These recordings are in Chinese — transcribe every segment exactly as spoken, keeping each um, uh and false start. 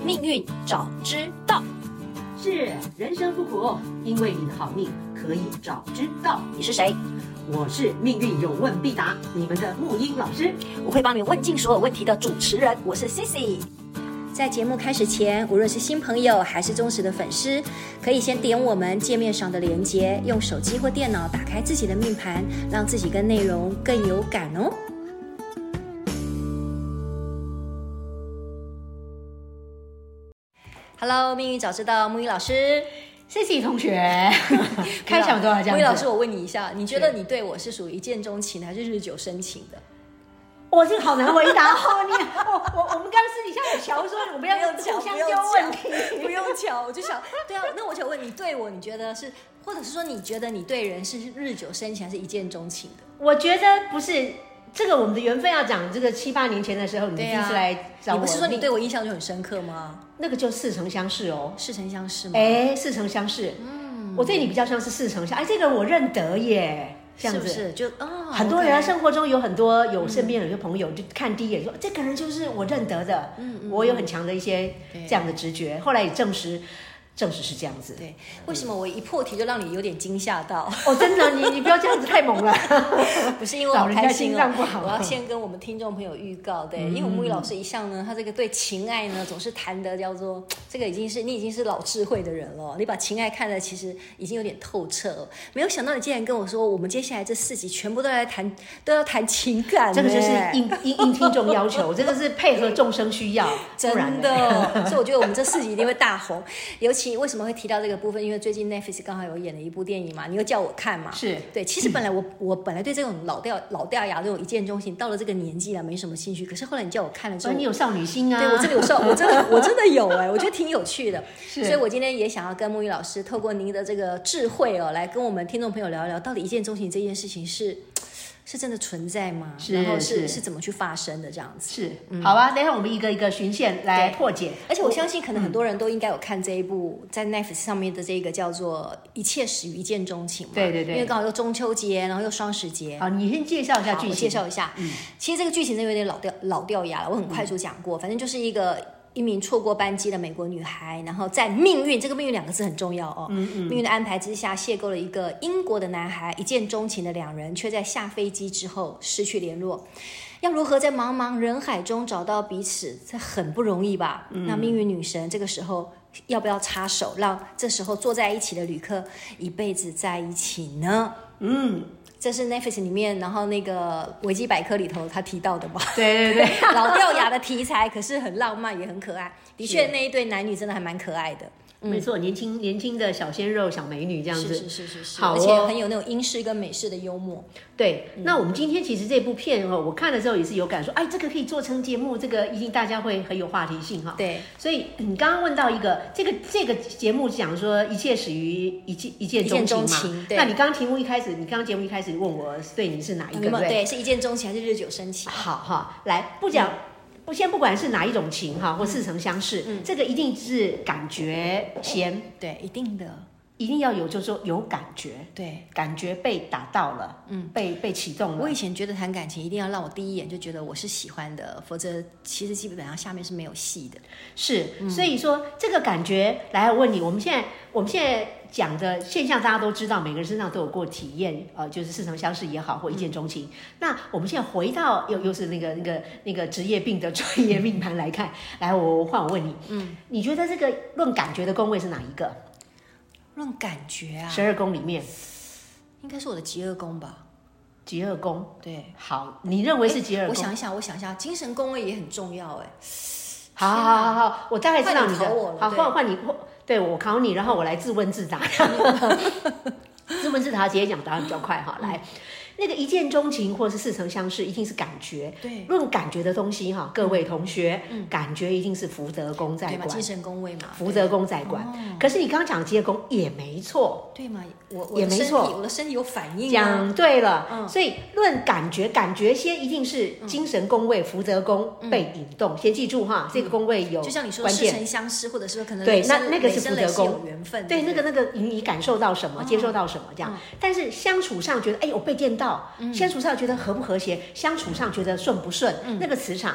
命运早知道。 是，人生不苦，因为你的好命可以早知道。 你是谁？ 我是命运有问必答，你们的木英老师， 我会帮你问尽所有问题的主持人。我是 Sissi。在节目开始前，无论是新朋友还是忠实的粉丝，可以先点我们界面上的连结，用手机或电脑打开自己的命盘，让自己跟内容更有感哦。Hello， 命运早知道，木鱼老师。 谢谢同学，开场都要这样。 木鱼老师，我问你一下，你觉得你对我是属于一见钟情还是日久生情的？ 我这个好难回答哦！你我我我们刚私底下有瞧说，我们要互相丢问题， 不用瞧，我就想，对啊，那我想问你，对我你觉得是，或者是说你觉得你对人是日久生情还是一见钟情的？ 我觉得不是。这个我们的缘分要讲这个七八年前的时候，你第一次来找我， 你不是说你对我印象就很深刻吗？ 那个就似曾相识哦， 似曾相识吗？ 哎，似曾相识，嗯，我对你比较像是似曾相，哎，这个人我认得耶，这样子是不是？就哦， 很多人啊，生活中有很多有身边有些朋友，就看第一眼说这个人就是我认得的，嗯嗯，我有很强的一些这样的直觉，后来也证实。正是是这样子， 对，为什么我一破题就让你有点惊吓到？ 哦，真的，你你不要这样子太猛了， 不是因为我好开心哦， 不好我要先跟我们听众朋友预告，对，嗯、因为我木鱼老师一向呢，他这个对情爱呢总是谈的叫做这个已经是你已经是老智慧的人了，你把情爱看的其实已经有点透彻了，没有想到你竟然跟我说，我们接下来这四集全部都来谈，都要谈情感， 这个就是应应应听众要求，这个是配合众生需要， 真的，所以我觉得我们这四集一定会大红，尤其。为什么会提到这个部分？因为最近 Netflix 刚好有演了一部电影嘛，你又叫我看嘛， 是对。其实本来我我本来对这种老掉老掉牙这种一见钟情，到了这个年纪了没什么兴趣。可是后来你叫我看了之后， 你有少女心啊？ 对，我真的有少，我真的我真的有哎、欸，我觉得挺有趣的。所以我今天也想要跟木鱼老师透过您的这个智慧哦，来跟我们听众朋友聊一聊，到底一见钟情这件事情是。是真的存在吗？ 是然后是是, 是怎么去发生的这样子？ 是，嗯、好啊，等一下我们一个一个循线来破解。 而且我相信，可能很多人都应该有看这一部、嗯、在 Netflix 上面的这个叫做《一切始于一见钟情》嘛。 对对对。 因为刚好又中秋节，然后又双十节。 好，你先介绍一下剧情。 我介绍一下。嗯。其实这个剧情真的有点老掉老掉牙了，我很快速讲过。嗯、反正就是一个。一名错过班机的美国女孩，然后在命运这个命运两个字很重要哦。嗯嗯。命运的安排之下，邂逅了一个英国的男孩，一见钟情的两人，却在下飞机之后失去联络。要如何在茫茫人海中找到彼此，这很不容易吧？嗯、那命运女神这个时候要不要插手，让这时候坐在一起的旅客一辈子在一起呢？嗯。这是 Netflix 里面，然后那个维基百科里头他提到的吧？ 对对对， 老掉牙的题材，可是很浪漫也很可爱。的确，那一对男女真的还蛮可爱的。 嗯、没错，年轻年轻的小鲜肉、小美女这样子， 是是是是是， 好、哦， 而且很有那种英式跟美式的幽默。 对，嗯、那我们今天其实这部片哦，我看了之后也是有感说，哎，这个可以做成节目，这个一定大家会很有话题性哈。 对， 所以你刚刚问到一个，这个这个节目讲说一切始于一见一见钟情嘛。 情对， 那你刚刚题目一开始，你刚刚节目一开始问我对你是哪一个？对不对？ 对，是一见钟情还是日久生情？ 好哈，来不讲。嗯不先不管是哪一种情哈，或似曾相识，嗯、这个一定是感觉先， 对，一定的， 一定要有，就是说有感觉， 对， 感觉被打到了，嗯，被被启动了。 我以前觉得谈感情一定要让我第一眼就觉得我是喜欢的，否则其实基本上下面是没有戏的。 是，嗯、所以说这个感觉，来我问你，我们现在我们现在讲的现象，大家都知道，每个人身上都有过体验，呃，就是似曾相识也好，或一见钟情。嗯、那我们现在回到又又是那个那个那个职业病的专业命盘来看，来，我换我问你，嗯，你觉得这个论感觉的宫位是哪一个？ 论感觉啊， 十二宫里面， 应该是我的极恶宫吧？ 极恶宫， 对， 好，你认为是极恶宫？ 我想一想，我想一下，精神宫位也很重要，哎。 好好好好，我大概知道你的。 你我好，换换你，对我考你，然后我来自问自答。自问自答，直接讲答案比较快哈。来。嗯那个一见钟情或是似曾相识，一定是感觉。 对， 论感觉的东西哈，各位同学，嗯、感觉一定是福德宫在管， 精神宫位嘛， 福德宫在管。哦、可是你刚刚讲的极恶宫也没错， 对嘛？我也没错， 我的身体有反应、啊。 讲对了，嗯、所以论感觉，感觉先一定是精神宫位、福德宫被引动。嗯、先记住哈，这个宫位有， 就像你说似曾相识，或者说可能对，那那个是福德宫有缘分。 对，那个那个你感受到什么，哦、接受到什么这样。嗯、但是相处上觉得，哎，我被电到，嗯、相处上。觉得和不和谐，相处上觉得顺不顺，嗯、那个磁场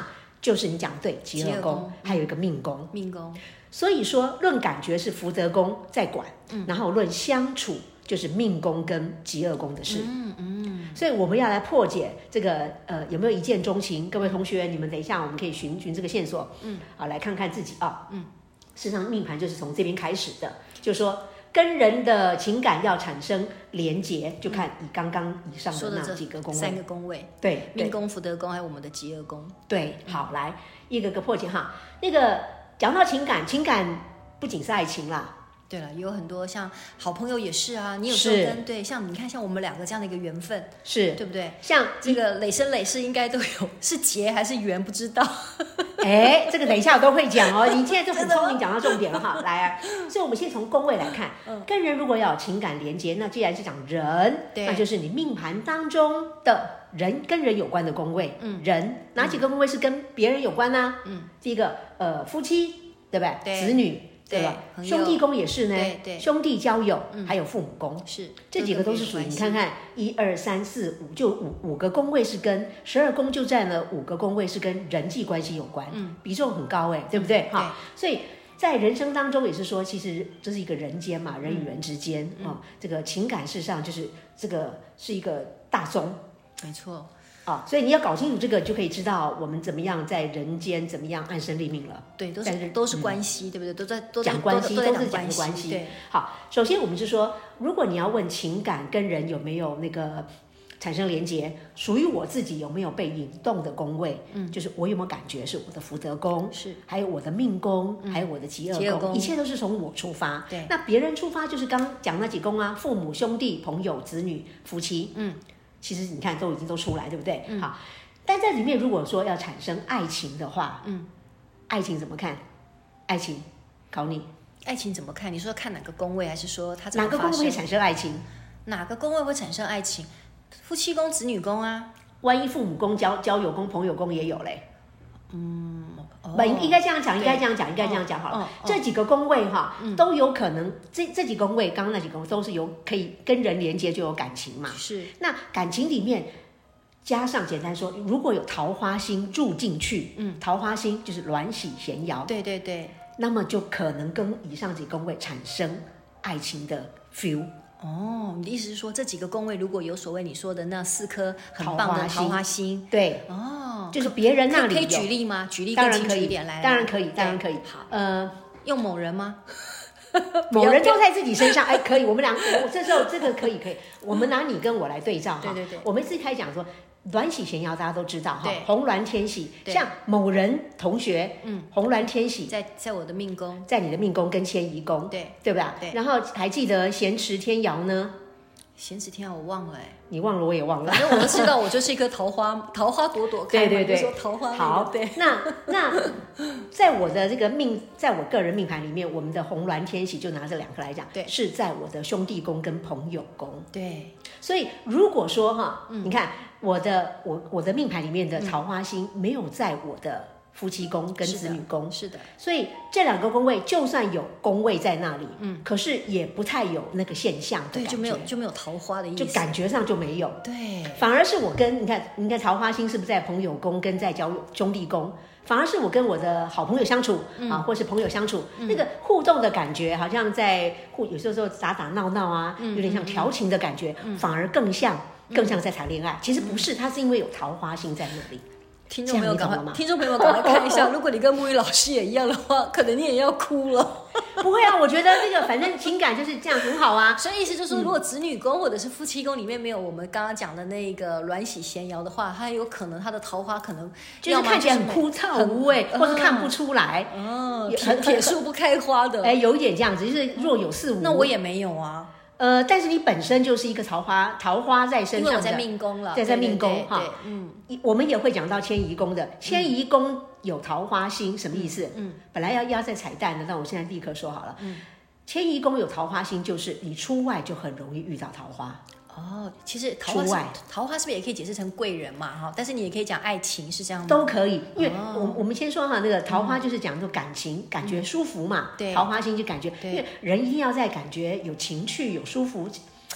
就是你讲对，疾厄宫，还有一个命宫。 命宫， 所以说论感觉是福德宫在管，嗯、然后论相处就是命宫跟疾厄宫的事。嗯嗯，所以我们要来破解这个呃有没有一见钟情？各位同学，你们等一下我们可以寻寻这个线索，嗯，好来看看自己啊，嗯，事实上命盘就是从这边开始的，就是说。跟人的情感要产生连结，就看以刚刚以上的那几个宫位， 三个宫位， 对， 命宫、福德宫还有我们的疾厄宫。 对，好，来一个个破解哈。那个讲到情感，情感不仅是爱情啦。 对了，有很多像好朋友也是啊，你有时候跟对像你看像我们两个这样的一个缘分， 是对不对？ 像这个累生累世应该都有，是结还是缘不知道。 哎，这个等一下我都会讲哦。你现在就很聪明，讲到重点了哈。来啊，所以我们先从宫位来看，嗯、跟人如果要有情感连接，那既然是讲人，那就是你命盘当中的人跟人有关的宫位。嗯，人哪几个宫位是跟别人有关呢？嗯，第一个呃夫妻，对不对？对，子女。对吧？兄弟宫也是呢，对对，兄弟交友，嗯、还有父母宫，是这几个都是属于你看看一二三四五，就五五个宫位是跟十二宫就占了五个宫位是跟人际关系有关，嗯，比重很高哎，对不对？哈、嗯，所以在人生当中也是说，其实这是一个人间嘛，人与人之间啊、嗯哦，这个情感事实上就是这个是一个大宗， 没错。 啊、哦，所以你要搞清楚这个，就可以知道我们怎么样在人间怎么样安身立命了。 对，都是都是关系，嗯、对不对？都在都在讲关系， 都是讲关系。对，好，首先我们就说，如果你要问情感跟人有没有那个产生连结，属于我自己有没有被引动的宫位，嗯，就是我有没有感觉是我的福德宫，是，还有我的命宫，嗯、还有我的疾厄宫，一切都是从我出发。对，那别人出发就是刚讲那几宫啊，父母、兄弟、朋友、子女、夫妻，嗯。其实你看都已经都出来，对不对？嗯、好，但在里面如果说要产生爱情的话，嗯，爱情怎么看？爱情，考你， 爱情怎么看？你说看哪个宫位，还是说它哪个宫位会产生爱情？ 哪个宫位会产生爱情？夫妻宫、子女宫啊， 万一父母宫、交交友宫、朋友宫也有嘞。嗯，哦、应该这样讲，应该这样讲，应该这样讲好了。哦哦、这几个宫位哈，嗯、都有可能，这这几个宫位，刚刚那几个宫都是有可以跟人连接，就有感情嘛。是，那感情里面加上简单说，如果有桃花星入进去，嗯，桃花星就是鸾喜闲爻， 对对对， 那么就可能跟以上几个宫位产生爱情的 feel。 哦，你的意思是说，这几个宫位如果有所谓你说的那四颗很棒的桃花星， 对，哦，就是别人那里可以举例吗？举例更清楚一点来， 当然可以，当然可以。 好，呃，用某人吗？ 某人都在自己身上，哎，可以。我们俩，我这时候这个可以，可以。我们拿你跟我来对照哈。对对对。我们自己开始讲说，鸾喜闲爻大家都知道哈，红鸾天喜，像某人同学，嗯，红鸾天喜在在我的命宫， 在你的命宫跟迁移宫，对对吧？对。然后还记得咸池天姚呢？ 咸池天姚我忘了哎， 你忘了我也忘了， 反正我都知道我就是一颗桃花，桃花朵朵开，对对对，说桃花好。对，那那在我的这个命，在我个人命盘里面，我们的红鸾天喜就拿这两个来讲，对，是在我的兄弟宫跟朋友宫，对。所以如果说哈，嗯、你看我的我我的命盘里面的桃花星没有在我的夫妻宫跟子女宫， 是的， 所以这两个宫位就算有宫位在那里，嗯，可是也不太有那个现象的感觉， 对，就没有就没有桃花的意思， 就感觉上就没有， 对， 反而是我跟你看，你看桃花星是不是在朋友宫跟在交兄弟宫？反而是我跟我的好朋友相处、嗯、啊，或是朋友相处、嗯，那个互动的感觉，好像在互有时候打打闹闹啊，嗯、有点像调情的感觉，嗯、反而更像更像在谈恋爱。其实不是，它是因为有桃花星在那里。 听众朋友赶快，听众朋友赶快看一下，如果你跟木鱼老师也一样的话，可能你也要哭了。 不会啊，我觉得这个反正情感就是这样很好啊。 所以意思就是说，如果子女宫或者是夫妻宫里面没有我们刚刚讲的那个鸾喜闲爻的话，它有可能它的桃花可能就是看起来很枯燥无味，或是看不出来， 嗯，铁铁树不开花的。 哎，有一点这样子，就是若有似无。 那我也没有啊。 呃，但是你本身就是一个桃花，桃花在身上的，因为我在命宫了， 在在命宫哈， 嗯， 我们也会讲到迁移宫的，迁移宫有桃花星，什么意思？嗯，本来要压在彩蛋的，但我现在立刻说好了，嗯，迁移宫有桃花星，就是你出外就很容易遇到桃花。 哦，其实桃花是桃花是不是也可以解释成贵人嘛？哈，但是你也可以讲爱情是这样吗？ 都可以，因为我、哦、我们先说哈，那个桃花就是讲说感情，嗯、感觉舒服嘛。对，桃花星就感觉，因为人一定要在感觉有情趣、有舒服，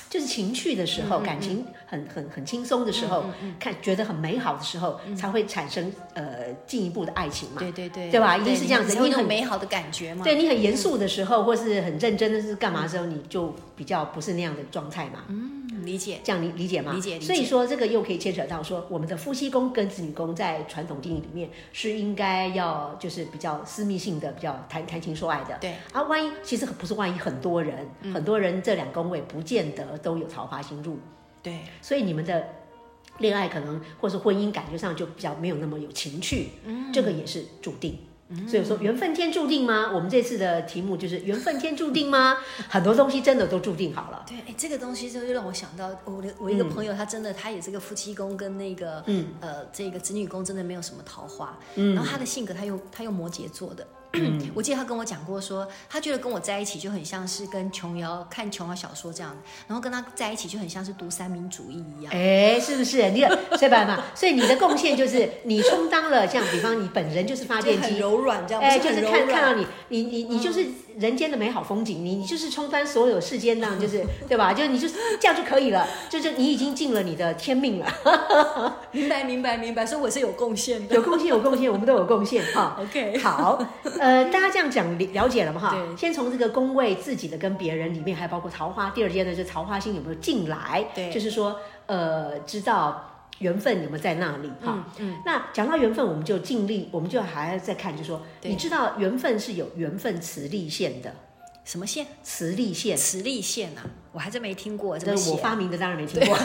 就是情趣的时候， 嗯嗯感情很很很轻松的时候， 嗯嗯嗯看觉得很美好的时候， 嗯才会产生呃进一步的爱情嘛。 对对对， 对吧一定是这样子你会有你很美好的感觉嘛。 对你很严肃的时候，或是很认真的是干嘛的时候，你就比较不是那样的状态嘛。 嗯，理解。 这样你理解吗？ 理解理解所以说这个又可以牵扯到说，我们的夫妻宫跟子女宫在传统定义里面是应该要就是比较私密性的，比较谈谈情说爱的。 对啊，万一其实不是万一，很多人、嗯、很多人这两宫位不见得都有桃花星入。 对， 所以你们的恋爱可能或是婚姻感觉上就比较没有那么有情趣，嗯，这个也是注定。所以说缘分天注定吗？我们这次的题目就是缘分天注定吗？很多东西真的都注定好了。 对，哎，这个东西就让我想到，我的我一个朋友，他真的他也是个夫妻宫跟那个，嗯，呃，这个子女宫真的没有什么桃花，嗯，然后他的性格他又他又摩羯座的。嗯、我记得他跟我讲过说，他觉得跟我在一起就很像是跟琼瑶看琼瑶小说这样，然后跟他在一起就很像是读三民主义一样。 哎，是不是？你所以嘛，所以你的贡献就是你充当了像，比方你本人就是发电机， 很柔软这样， 哎，就是看看到你，你你你就是人间的美好风景，你你就是充当所有世间那样，就是对吧？就你就这样就可以了，就是你已经尽了你的天命了。 明白明白明白，所以我是有贡献的， 有贡献有贡献，我们都有贡献哈。 OK， 好。呃，大家这样讲了解了嘛哈？先从这个宫位自己的跟别人里面，还包括桃花。第二阶呢，就是桃花星有没有进来？ 对， 就是说，呃，知道缘分有没有在那里哈？ 嗯嗯。 那讲到缘分，我们就尽力，我们就还要再看，就是说，你知道缘分是有缘分磁力线的。 什么线？ 磁力线。 磁力线啊，我还真没听过。 这是我发明的，当然没听过。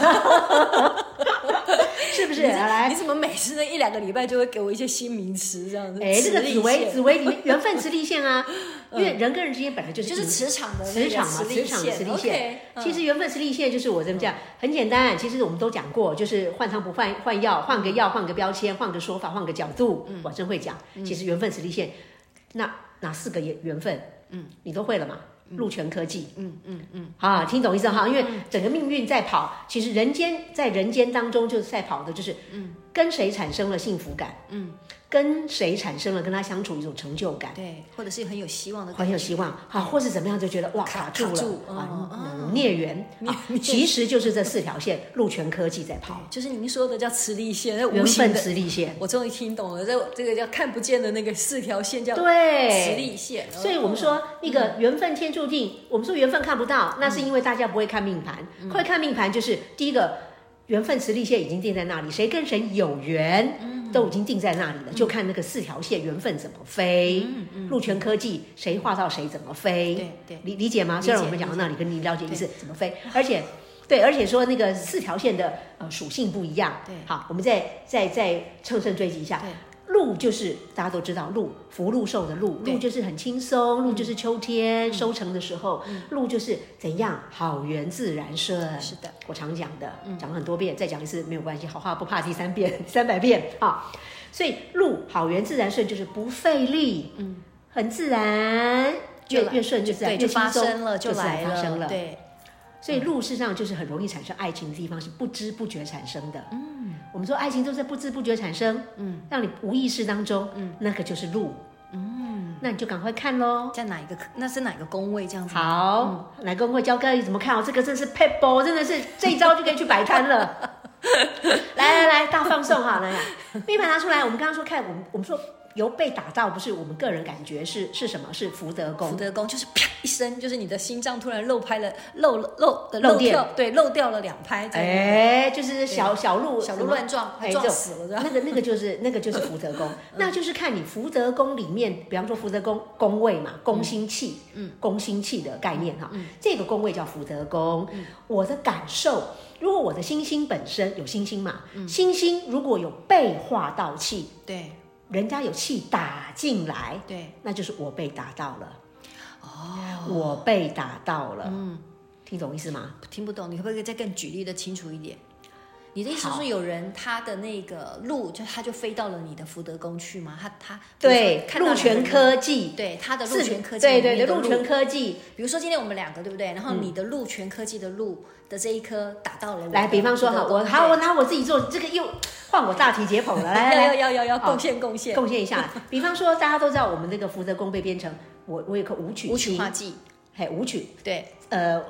是不是？来， 你怎么每次那一两个礼拜就会给我一些新名词这样子？ 哎，这个紫微紫微里面缘分磁力线啊，因为人跟人之间本来就是就是磁场的磁场嘛，磁场的磁力线。其实缘分磁力线就是我这么讲，很简单。其实我们都讲过，就是换汤不换换药，换个药，换个标签，换个说法，换个角度。我真会讲。其实缘分磁力线，那哪四个缘分？嗯，你都会了嘛？禄权科技，嗯嗯嗯，啊，听懂意思哈？因为整个命运在跑，其实人间在人间当中就是在跑的，就是嗯，跟谁产生了幸福感，嗯，跟谁产生了跟他相处一种成就感， 对，或者是很有希望的， 很有希望，好，或是怎么样就觉得哇卡住了，啊，孽缘，其实就是这四条线，禄权科技在跑， 就是您说的叫磁力线， 缘分磁力线， 我终于听懂了，这这个叫看不见的那个四条线叫对磁力线， 所以我们说那个缘分天注定，我们说缘分看不到，那是因为大家不会看命盘，会看命盘就是第一个缘分磁力线已经定在那里，谁跟谁有缘。都已经定在那里了，就看那个四条线缘分怎么飞。禄权科技谁画到谁怎么飞， 对对， 理理解吗？虽然我们讲到那里，跟你了解意思怎么飞，而且对，而且说那个四条线的呃属性不一样。 对， 好，我们再再再乘胜追击一下。禄就是大家都知道，禄福禄寿的禄，禄就是很轻松，禄就是秋天收成的时候，禄就是怎样好缘自然顺。 是的， 我常讲的，讲了很多遍，再讲一次没有关系，好话不怕第三遍、三百遍啊。所以禄好缘自然顺就是不费力，嗯，很自然，越越顺就自然，越轻松就来了， 发生了。 对。 所以禄事实上就是很容易产生爱情的地方，是不知不觉产生的。嗯，我们说爱情都是不知不觉产生，嗯，让你无意识当中，嗯，那个就是禄。嗯，那你就赶快看咯， 在哪一个？那是哪个宫位这样子？ 好，嗯、哪个宫位教各位怎么看哦？这个真是 pebble， 真的是这一招就可以去摆摊了。来来来，大放送哈！来来，命盘拿出来。我们刚刚说看，我们我们说。由被打到不是我们个人感觉是是什么？是福德宫。 福德宫就是啪一声，就是你的心脏突然漏拍了漏漏的漏掉，对，漏掉了两拍。 哎，就是小小鹿小鹿乱撞，还撞死了。 那个那个就是那个就是福德宫，那就是看你福德宫里面，比方说福德宫宫位嘛，宫星气，嗯，宫星气的概念哈，这个宫位叫福德宫。我的感受，如果我的星星本身有星星嘛，星星如果有被化到气， 对。 人家有气打进来， 对， 那就是我被打到了。哦，我被打到了。嗯，听懂意思吗？ 听不懂，你可不可以再更举例的清楚一点？你的意思是有人他的那个禄，就他就飞到了你的福德宫去吗？他他对，禄权科技， 对他的禄权科技， 对对对，禄权科技。 比如说今天我们两个对不对？然后你的禄权科技的禄的这一颗打到了我。 来，比方说哈，我好，我拿我自己做这个又。换我大题解剖了，来来来，要要要要贡献贡献贡献一下。比方说，大家都知道我们这个福德宫被编成，我我有个武曲武曲化忌， 嘿，武曲， 对， 呃，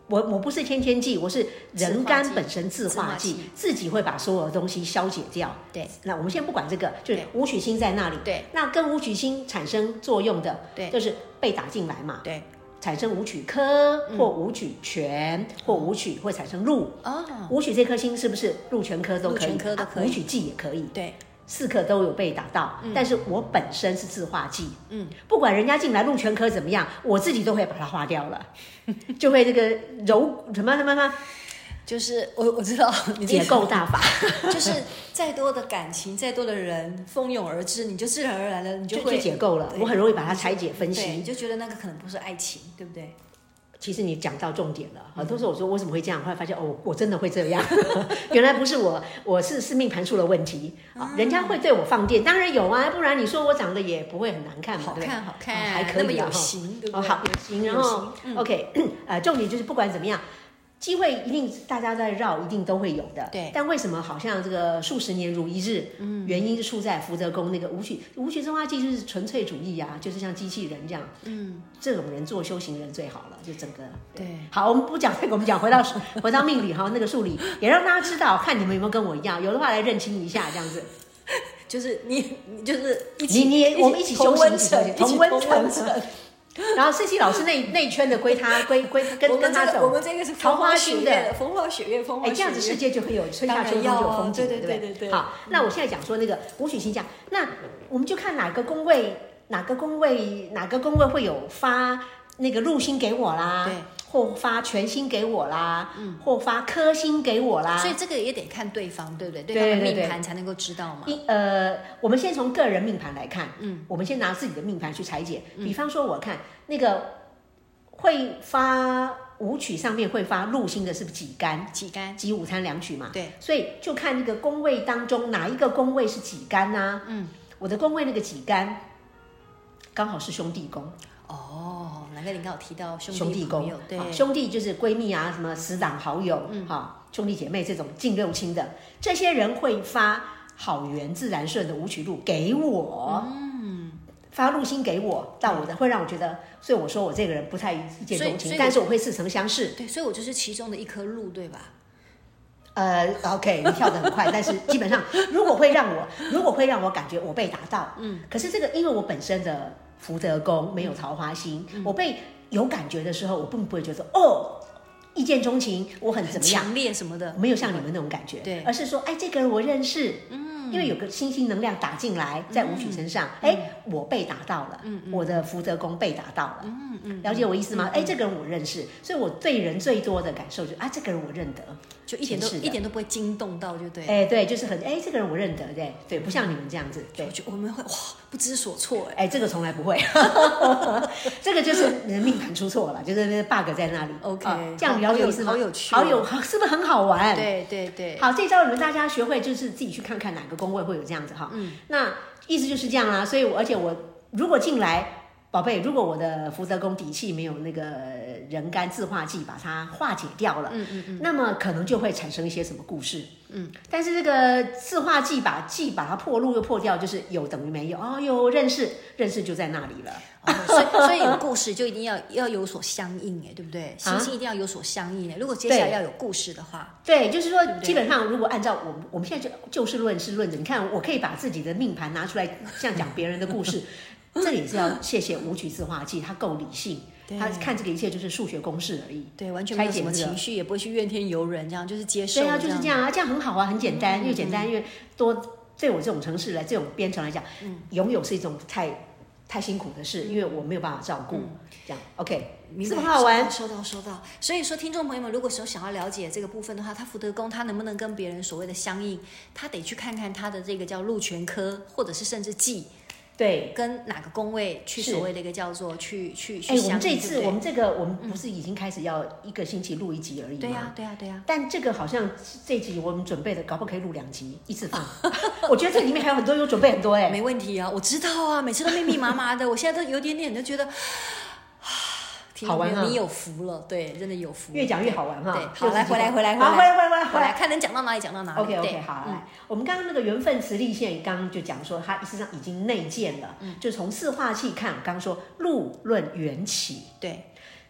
我我不是天天记，我是人干本身自化剂，自己会把所有的东西消解掉。 对， 那我们先不管这个，就是武曲星在那里。 对， 那跟武曲星产生作用的， 对， 就是被打进来嘛。 对， 产生武曲科或武曲权、嗯、或武曲会产生禄。哦，武曲这颗星是不是禄权科都可以？ 科都可以， 武曲忌也可以。 对。 四颗都有被打到、嗯，但是我本身是自化忌，嗯，不管人家进来禄全科怎么样，我自己都会把它化掉了，就会这个柔什么什么什么， 就是我我知道你解构大法， 就是再多的感情，再多的人蜂拥而至，你就自然而然的你就会就解构了，我很容易把它拆解分析， 你就觉得那个可能不是爱情，对不对？ 其实你讲到重点了，很多时候我说为什么会这样，后来发现哦，我真的会这样，原来不是我，我是是命盘出了问题、啊、人家会对我放电，当然有啊，不然你说我长得也不会很难看嘛， 好看好看、哦， 还可以，那么有型，对不对？ 哦，好有型，然后、嗯、OK， 呃，重点就是不管怎么样。机会一定大家在绕，一定都会有的。 对， 但为什么好像这个数十年如一日？嗯，原因是出在福德宫那个武曲，武曲生化忌就是纯粹主义啊，就是像机器人这样。嗯，这种人做修行人最好了，就整个。 对， 好，我们不讲这个，我们讲回到回到命理哈，那个数理也让大家知道，看你们有没有跟我一样，有的话来认清一下这样子。 就是你，你就是一起， 你你我们一起修行，一起同温层。 然后 C C 老师那那圈的归他归归跟跟他走， 我们这个是桃花星的风花雪月，风花雪月， 哎，这样子世界就很有春夏秋冬就有风景， 对不对对对。 好，那我现在讲说那个武曲星这样，那我们就看哪个宫位，哪个宫位，哪个宫位会有发那个禄星给我啦， 对， 或发全星给我啦，嗯，或发科星给我啦， 所以这个也得看对方，对不对？对方的命盘才能够知道嘛。 呃，我们先从个人命盘来看，嗯，我们先拿自己的命盘去拆解，比方说我看那个。会发武曲上面会发禄星的是己干， 己干己午餐两曲嘛， 对， 所以就看那个宫位当中哪一个宫位是己干啊？嗯，我的宫位那个己干刚好是兄弟宫。 哦，难怪你刚好提到兄弟兄弟宫， 对， 兄弟就是闺蜜啊，什么死党好友，嗯，好兄弟姐妹这种近六亲的，这些人会发好缘自然顺的武曲禄给我，嗯。发禄星给我到我的，会让我觉得，所以我说我这个人不太一见钟情，但是我会似曾相识。 对，所以我就是其中的一颗禄，对吧？ 呃 ，OK， 你跳得很快，但是基本上，如果会让我，如果会让我感觉我被打到，嗯，可是这个因为我本身的福德宫没有桃花星，嗯、我被有感觉的时候，我并不会觉得哦。一见钟情，我很怎么样？ 强烈什么的， 没有像你们那种感觉， 对， 而是说，哎，这个人我认识，嗯，因为有个星星能量打进来，在武曲身上，哎、嗯，我被打到了，嗯，我的福德宫被打到了，嗯嗯，了解我意思吗？哎、嗯，这个人我认识，所以我对人最多的感受就是，啊，这个人我认得， 就一点都一点都不会惊动到，就对， 哎，对，就是很，哎，这个人我认得，对，对，不像你们这样子，对， 我觉得我们会哇不知所措， 哎，这个从来不会，这个就是你的命盘出错了，就是那 bug 在那里 ，OK，、 啊、这样了解意思吗？ 好有趣， 好有，好，是不是很好玩？ 对对对， 好，这招你们大家学会，就是自己去看看哪个宫位会有这样子哈。嗯，那意思就是这样啦。所以我，而且我如果进来，宝贝，如果我的福德宫底气没有那个人干自化剂把它化解掉了，嗯嗯嗯，那么可能就会产生一些什么故事。嗯，但是这个自化剂把剂把它破路又破掉，就是有等于没有。哦哟，认识认识就在那里了。 哦、所以所以有故事就一定要要有所相应哎，对不对？星星一定要有所相应哎。如果接下来要有故事的话， 对，就是说对对基本上如果按照我们我们现在就就事论事论着，你看我可以把自己的命盘拿出来，像讲别人的故事。这也是要谢谢武曲自化剂，他够理性，他看这个一切就是数学公式而已， 对，完全没有什么情绪，也不会去怨天尤人，这样就是接受。 对啊，就是这样啊，这样很好啊，很简单，越简单越多。对我这种城市来，这种编程来讲，嗯，拥有是一种太太辛苦的事，因为我没有办法照顾。嗯、这样 ，OK， 是不是很好玩？ 收到，收到。所以说，听众朋友们，如果说想要了解这个部分的话，他福德宫他能不能跟别人所谓的相应，他得去看看他的这个叫禄全科，或者是甚至忌。 对， 跟哪个宫位去所谓的一个叫做去去去相应。哎，我们这次对对我们这个我们不是已经开始要一个星期录一集而已吗？ 对呀、啊，对呀、啊，对呀、啊。 但这个好像这集我们准备的，搞不好可以录两集一次放。我觉得这里面还有很多有准备很多哎、欸。 没问题啊，我知道啊，每次都密密麻麻的，我现在都有点点就觉得。 好玩啊！ 你有福了，对，真的有福。 越讲越好玩哈。 对，好，来，回来，回来， 好，回来，回来， 回来，看能讲到哪里，讲到哪里。 OK，OK， 好，来，我们刚刚那个缘分磁力线，刚刚就讲说，它事实上已经内建了，就从四化气看，我刚刚说路论缘起， 对，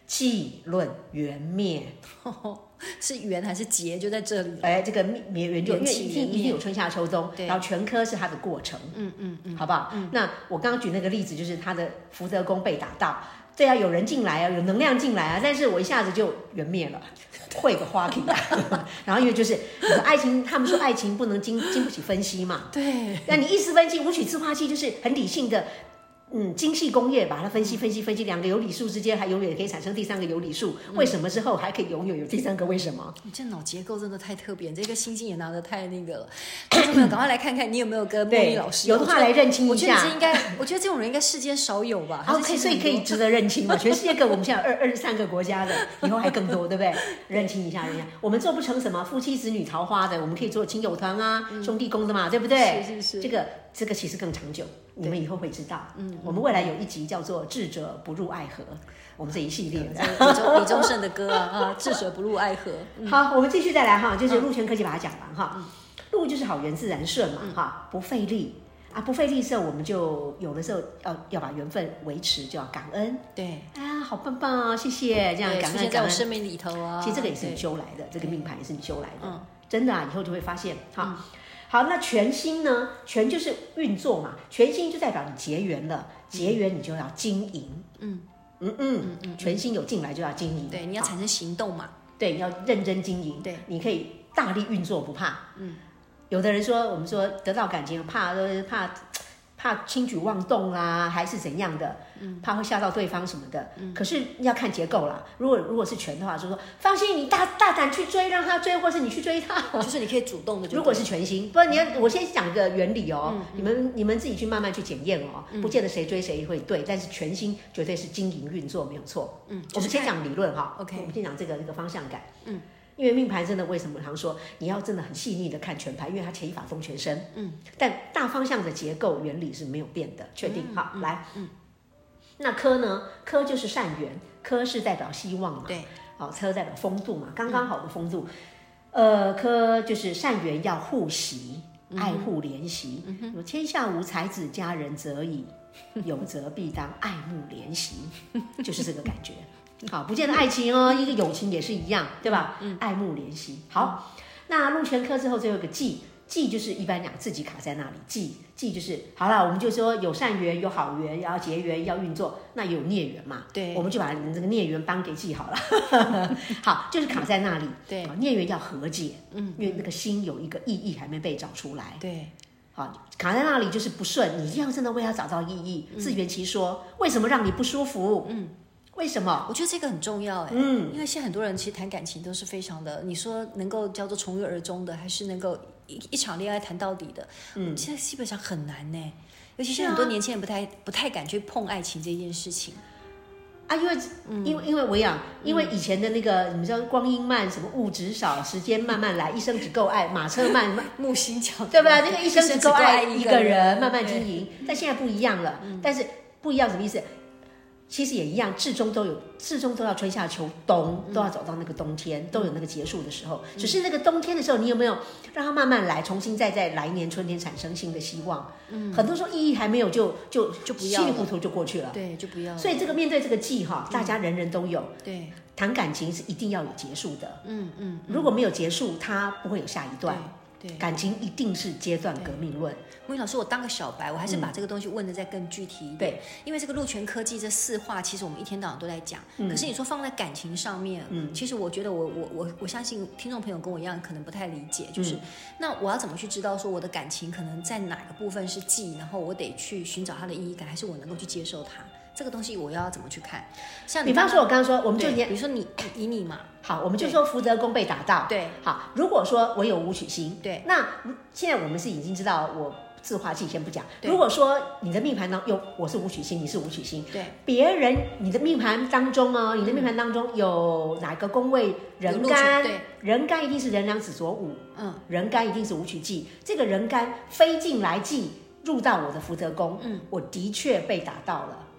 纪论元灭。 是元还是节就在这里？ 哎，这个灭元就因为一定一定有春夏秋冬， 对， 然后全科是它的过程， 嗯嗯嗯， 好不好？嗯，那我刚刚举那个例子，就是他的福德宫被打到，对啊，有人进来啊，有能量进来啊，但是我一下子就元灭了，会个花瓶啊，然后因为就是你说爱情，他们说爱情不能经经不起分析嘛， 对， 那你一时分析，武曲自化气就是很理性的。嗯，精细工业把它分析分析分析，两个有理数之间还永远可以产生第三个有理数，嗯、为什么之后还可以永远有第三个为什么？ 你这脑结构真的太特别，这个心经也拿得太那个了。观众朋友，赶快来看看你有没有跟茉莉老师有的话来认清一下。 我觉得这应该，我觉得这种人应该世间少有吧。 OK， 所以可以值得认清嘛。全世界各我们现在有二二十三个国家的，以后还更多，对不对？认清一下，认清。我们做不成什么夫妻子女桃花的，我们可以做亲友团啊、嗯、兄弟宫的嘛，对不对？ 是是是。 这个这个其实更长久。你们以后会知道，嗯，我们未来有一集叫做“智者不入爱河”，我们这一系列的李宗李宗盛的歌啊，啊，智者不入爱河。 嗯、好，我们继续再来哈，就是禄全科技把它讲完哈。禄、嗯、就是好缘自然顺嘛，哈、嗯，不费力啊，不费力的时候，我们就有的时候要要把缘分维持，就要感恩。 对， 啊，好棒棒啊，谢谢，这样感恩感恩在我生命里头啊。 其实这个也是你修来的，这个命盘也是你修来的，嗯、真的啊，以后就会发现哈。嗯好，那全心呢？全就是运作嘛，全心就代表你结缘了，结缘你就要经营，嗯嗯嗯嗯，全心有进来就要经营， 对，你要产生行动嘛， 对，要认真经营，对，你可以大力运作不怕，嗯，有的人说我们说得到感情怕怕怕轻举妄动啦，还是怎样的，嗯，怕会吓到对方什么的，嗯，可是要看结构啦。如果如果是全的话，就说放心，你大大胆去追，让他追，或是你去追他， 就是你可以主动的。 如果是全心，不然你要我先讲一个原理哦，嗯、你们你们自己去慢慢去检验哦，嗯、不见得谁追谁会对，但是全心绝对是经营运作没有错。嗯，我们先讲理论哈 ，OK， 我们先讲这个这个方向感，嗯。因为命盘真的，为什么常说你要真的很细腻的看全盘，因为它牵一发动全身。嗯，但大方向的结构原理是没有变的，确定。嗯、好，嗯、来，嗯，那科呢？科就是善缘，科是代表希望嘛。 对， 好，科代表风度嘛，刚刚好的风度。嗯、呃，科就是善缘要护惜，爱护怜惜。嗯、有天下无才子佳人则已，有则必当爱慕怜惜，就是这个感觉。好，不见得爱情哦，一个友情也是一样，对吧？嗯，爱慕怜惜。好，那禄全科之后，最后一个忌，忌就是一般讲自己卡在那里，忌忌就是好了，我们就说有善缘，有好缘，要结缘，要运作，那有孽缘嘛？ 对， 我们就把你们这个孽缘帮给忌好了。好，就是卡在那里。 对， 孽缘要和解，嗯，因为那个心有一个意义还没被找出来。 对。 好，卡在那里就是不顺，你要真的为他找到意义，嗯、自圆其说，为什么让你不舒服？嗯。为什么？ 我觉得这个很重要哎，嗯，因为现在很多人其实谈感情都是非常的，你说能够叫做从一而终的，还是能够一一场恋爱谈到底的，嗯，现在基本上很难呢，尤其是很多年轻人不太、啊、不太敢去碰爱情这件事情啊，因为、嗯、因为因为我想，因为以前的那个，你们知道光阴慢，什么物质少，时间慢慢来，一生只够爱，马车慢， 木星讲对吧？那个一生只够爱一个人，慢慢经营，但现在不一样了，嗯、但是不一样什么意思？其实也一样，至终都有，至终都要春夏秋冬，都要走到那个冬天，嗯、都有那个结束的时候。嗯、只是那个冬天的时候，你有没有让它慢慢来，重新再在来年春天产生新的希望？嗯，很多时候意义还没有就就就不要， 稀里糊涂就过去了。 对，就不要了。 所以这个面对这个忌哈，大家人人都有。 嗯、对， 谈感情是一定要有结束的。 嗯嗯， 如果没有结束，它不会有下一段。 对， 感情一定是阶段革命论。 木鱼老师，我当个小白，我还是把这个东西问的再更具体一点。对，因为这个禄全科技这四化，其实我们一天到晚都在讲。嗯、可是你说放在感情上面，嗯，其实我觉得我我我我相信听众朋友跟我一样，可能不太理解，就是、嗯、那我要怎么去知道说我的感情可能在哪个部分是忌，然后我得去寻找它的意义感，还是我能够去接受它？这个东西我要怎么去看？像比方说，我刚刚说，我们就比如说你以你嘛， 好，我们就说福德宫被打到， 对， 好，如果说我有武曲星， 对， 那现在我们是已经知道我自化忌先不讲。如果说你的命盘当有我是武曲星，你是武曲星， 对， 别人你的命盘当中哦，你的命盘当中有哪个宫位人干？对，人干一定是人梁子左午，嗯，人干一定是武曲忌，这个人干飞进来忌。入到我的福德宫，嗯，我的确被打到了，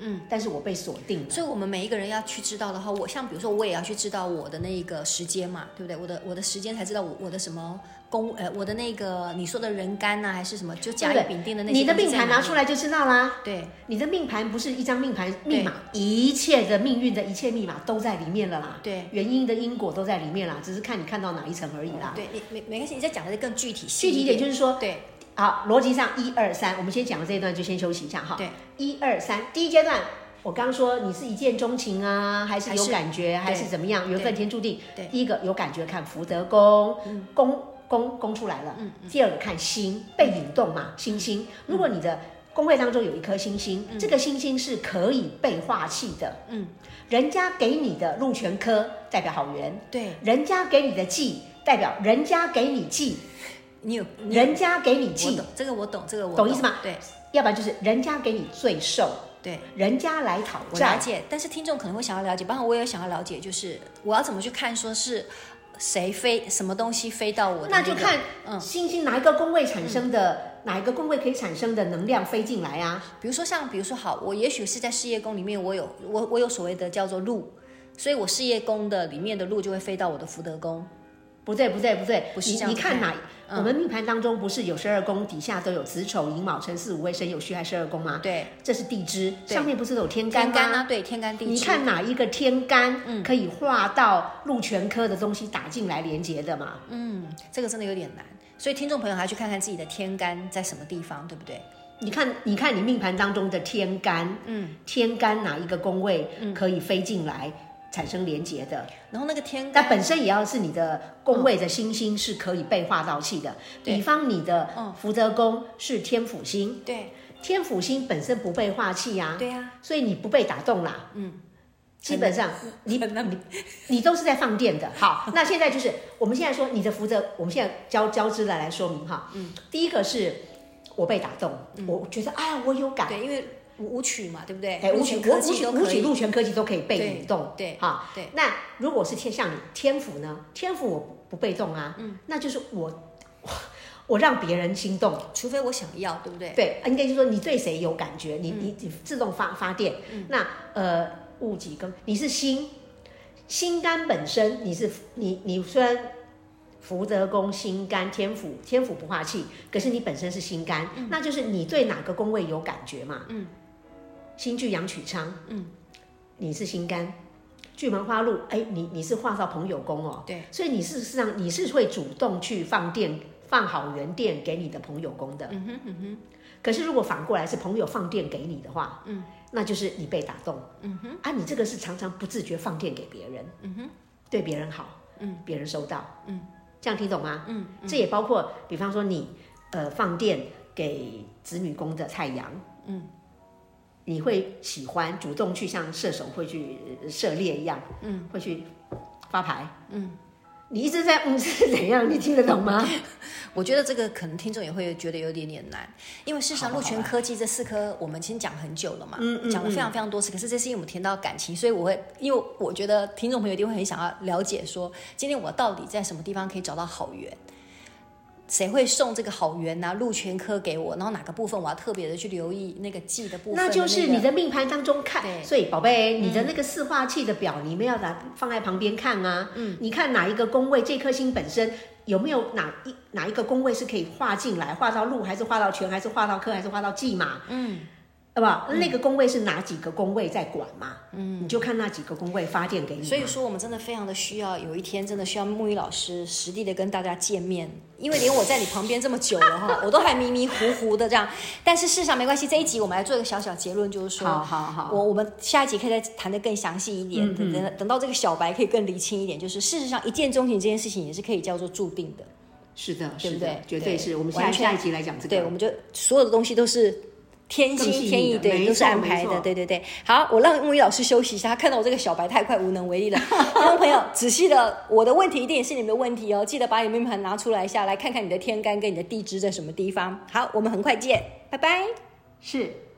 嗯，但是我被锁定了。 所以我们每一个人要去知道的话，我像比如说我也要去知道我的那个时间嘛，对不对？我的我的时间才知道我我的什么宫呃我的那个你说的人干啊还是什么，就甲乙丙丁的那些， 你的命盘拿出来就知道啦。 对， 你的命盘不是一张命盘密码，一切的命运的一切密码都在里面了啦。 对， 原因的因果都在里面啦，只是看你看到哪一层而已啦。 对，你没没关系，你再讲的更具体细一点，就是说对。 好，逻辑上一二三，我们先讲了这一段，就先休息一下哈。 对， 一二三，第一阶段，我刚说你是一见钟情啊，还是有感觉，还是怎么样，缘分天注定。 对， 第一个有感觉看福德宫，嗯、宫宫宫出来了。嗯嗯。第二个看星，被引动嘛，星星。如果你的宫位当中有一颗星星，嗯、这个星星是可以被化气的。嗯，人家给你的禄全科代表好缘， 对， 人家给你的忌代表人家给你忌。 你有人家给你忌， 这个我懂，这个我懂意思吗？ 对， 要不然就是人家给你罪受， 对， 人家来讨债。 我了解，但是听众可能会想要了解，包括我也想要了解，就是我要怎么去看，说是谁飞什么东西飞到我的、那個， 那就看星星哪一个宫位产生的，嗯、哪一个宫位可以产生的能量飞进来啊。 比如说像，比如说好，我也许是在事业宫里面，我有我我有所谓的叫做禄，所以我事业宫的里面的禄就会飞到我的福德宫。 不对，不对，不对， 不是这样。 你你看哪？嗯、我们命盘当中不是有十二宫，底下都有子丑寅卯辰巳午未申酉戌亥十二宫吗？ 对， 这是地支，上面不是都有天干吗？ 天干啊，对，天干地支。 你看哪一个天干可以画到禄全科的东西打进来连接的嘛？ 嗯，这个真的有点难，所以听众朋友还要去看看自己的天干在什么地方，对不对？ 你看，你看你命盘当中的天干，嗯，天干哪一个宫位可以飞进来？嗯产生连结的， 然后那个天干，它本身也要是你的宫位的星星是可以被化到气的。嗯、比方你的福德宫是天府星， 对， 天府星本身不被化气啊， 对啊， 所以你不被打动啦。嗯，基本上你你你都是在放电的。好，那现在就是我们现在说你的福德，我们现在交交织的来说明哈。嗯，第一个是我被打动，嗯、我觉得哎呀我有感， 对，因为。武曲嘛，对不对？ 哎，武曲、 科技武曲、禄全科技都可以被引动， 对， 哈，对。那如果是天像你天府呢？天府我不被动啊，嗯，那就是我我让别人心动， 除非我想要，对不对？ 对，应该就是说你对谁有感觉，你你你自动发发电。那呃，戊己庚，你是心心肝本身，你是你你虽然福德宫心肝天府，天府不化气，可是你本身是心肝，那就是你对哪个宫位有感觉嘛？嗯。辛巨阳曲昌，嗯，你是心肝，巨门花禄，哎，你你是化到朋友宫哦， 对， 所以你事实上你是会主动去放电，放好缘电给你的朋友宫的，嗯哼嗯哼。可是如果反过来是朋友放电给你的话，嗯，那就是你被打动，嗯哼，啊，你这个是常常不自觉放电给别人，嗯哼，对别人好，嗯，别人收到，嗯，这样听懂吗？嗯，嗯这也包括，比方说你呃放电给子女宫的太阳，嗯。你会喜欢主动去像射手会去射猎一样，嗯，会去发牌，嗯，你一直在嗯是怎样？你听得懂吗？ 我觉得这个可能听众也会觉得有点点难，因为事实上禄全科技这四科我们其实讲很久了嘛，嗯嗯，讲了非常非常多次，可是这是因为我们填到感情，所以我会，因为我觉得听众朋友一定会很想要了解说，今天我到底在什么地方可以找到好缘。谁会送这个好缘啊？禄全科给我，然后哪个部分我要特别的去留意那个忌的部分、那個？ 那就是你的命盘当中看。所以宝贝，你的那个四化气的表，你们要把放在旁边看啊。嗯，你看哪一个宫位，这颗星本身有没有哪一哪一个宫位是可以画进来，画到禄，还是画到全，还是画到科，还是画到忌嘛？嗯。对吧？嗯、那个宫位是哪几个宫位在管嘛？嗯，你就看那几个宫位发电给你。 所以说，我们真的非常的需要有一天，真的需要牧语老师实地的跟大家见面，因为连我在你旁边这么久了哈，我都还迷迷糊糊的这样。但是事实上没关系，这一集我们来做一个小小结论，就是说， 好好好， 我我们下一集可以再谈得更详细一点，嗯嗯等等到这个小白可以更厘清一点，就是事实上一见钟情这件事情也是可以叫做注定的。 是的， 对不对？ 绝对是我们下下一集来讲这个。 对，我们就所有的东西都是。天心天意，对，都是安排的，对对对。好，我让牧语老师休息一下，他看到我这个小白太快无能为力了。听众朋友，仔细的，我的问题一定也是你们的问题哦，记得把你的命盘拿出来一下，来看看你的天干跟你的地支在什么地方。好，我们很快见，拜拜。 是。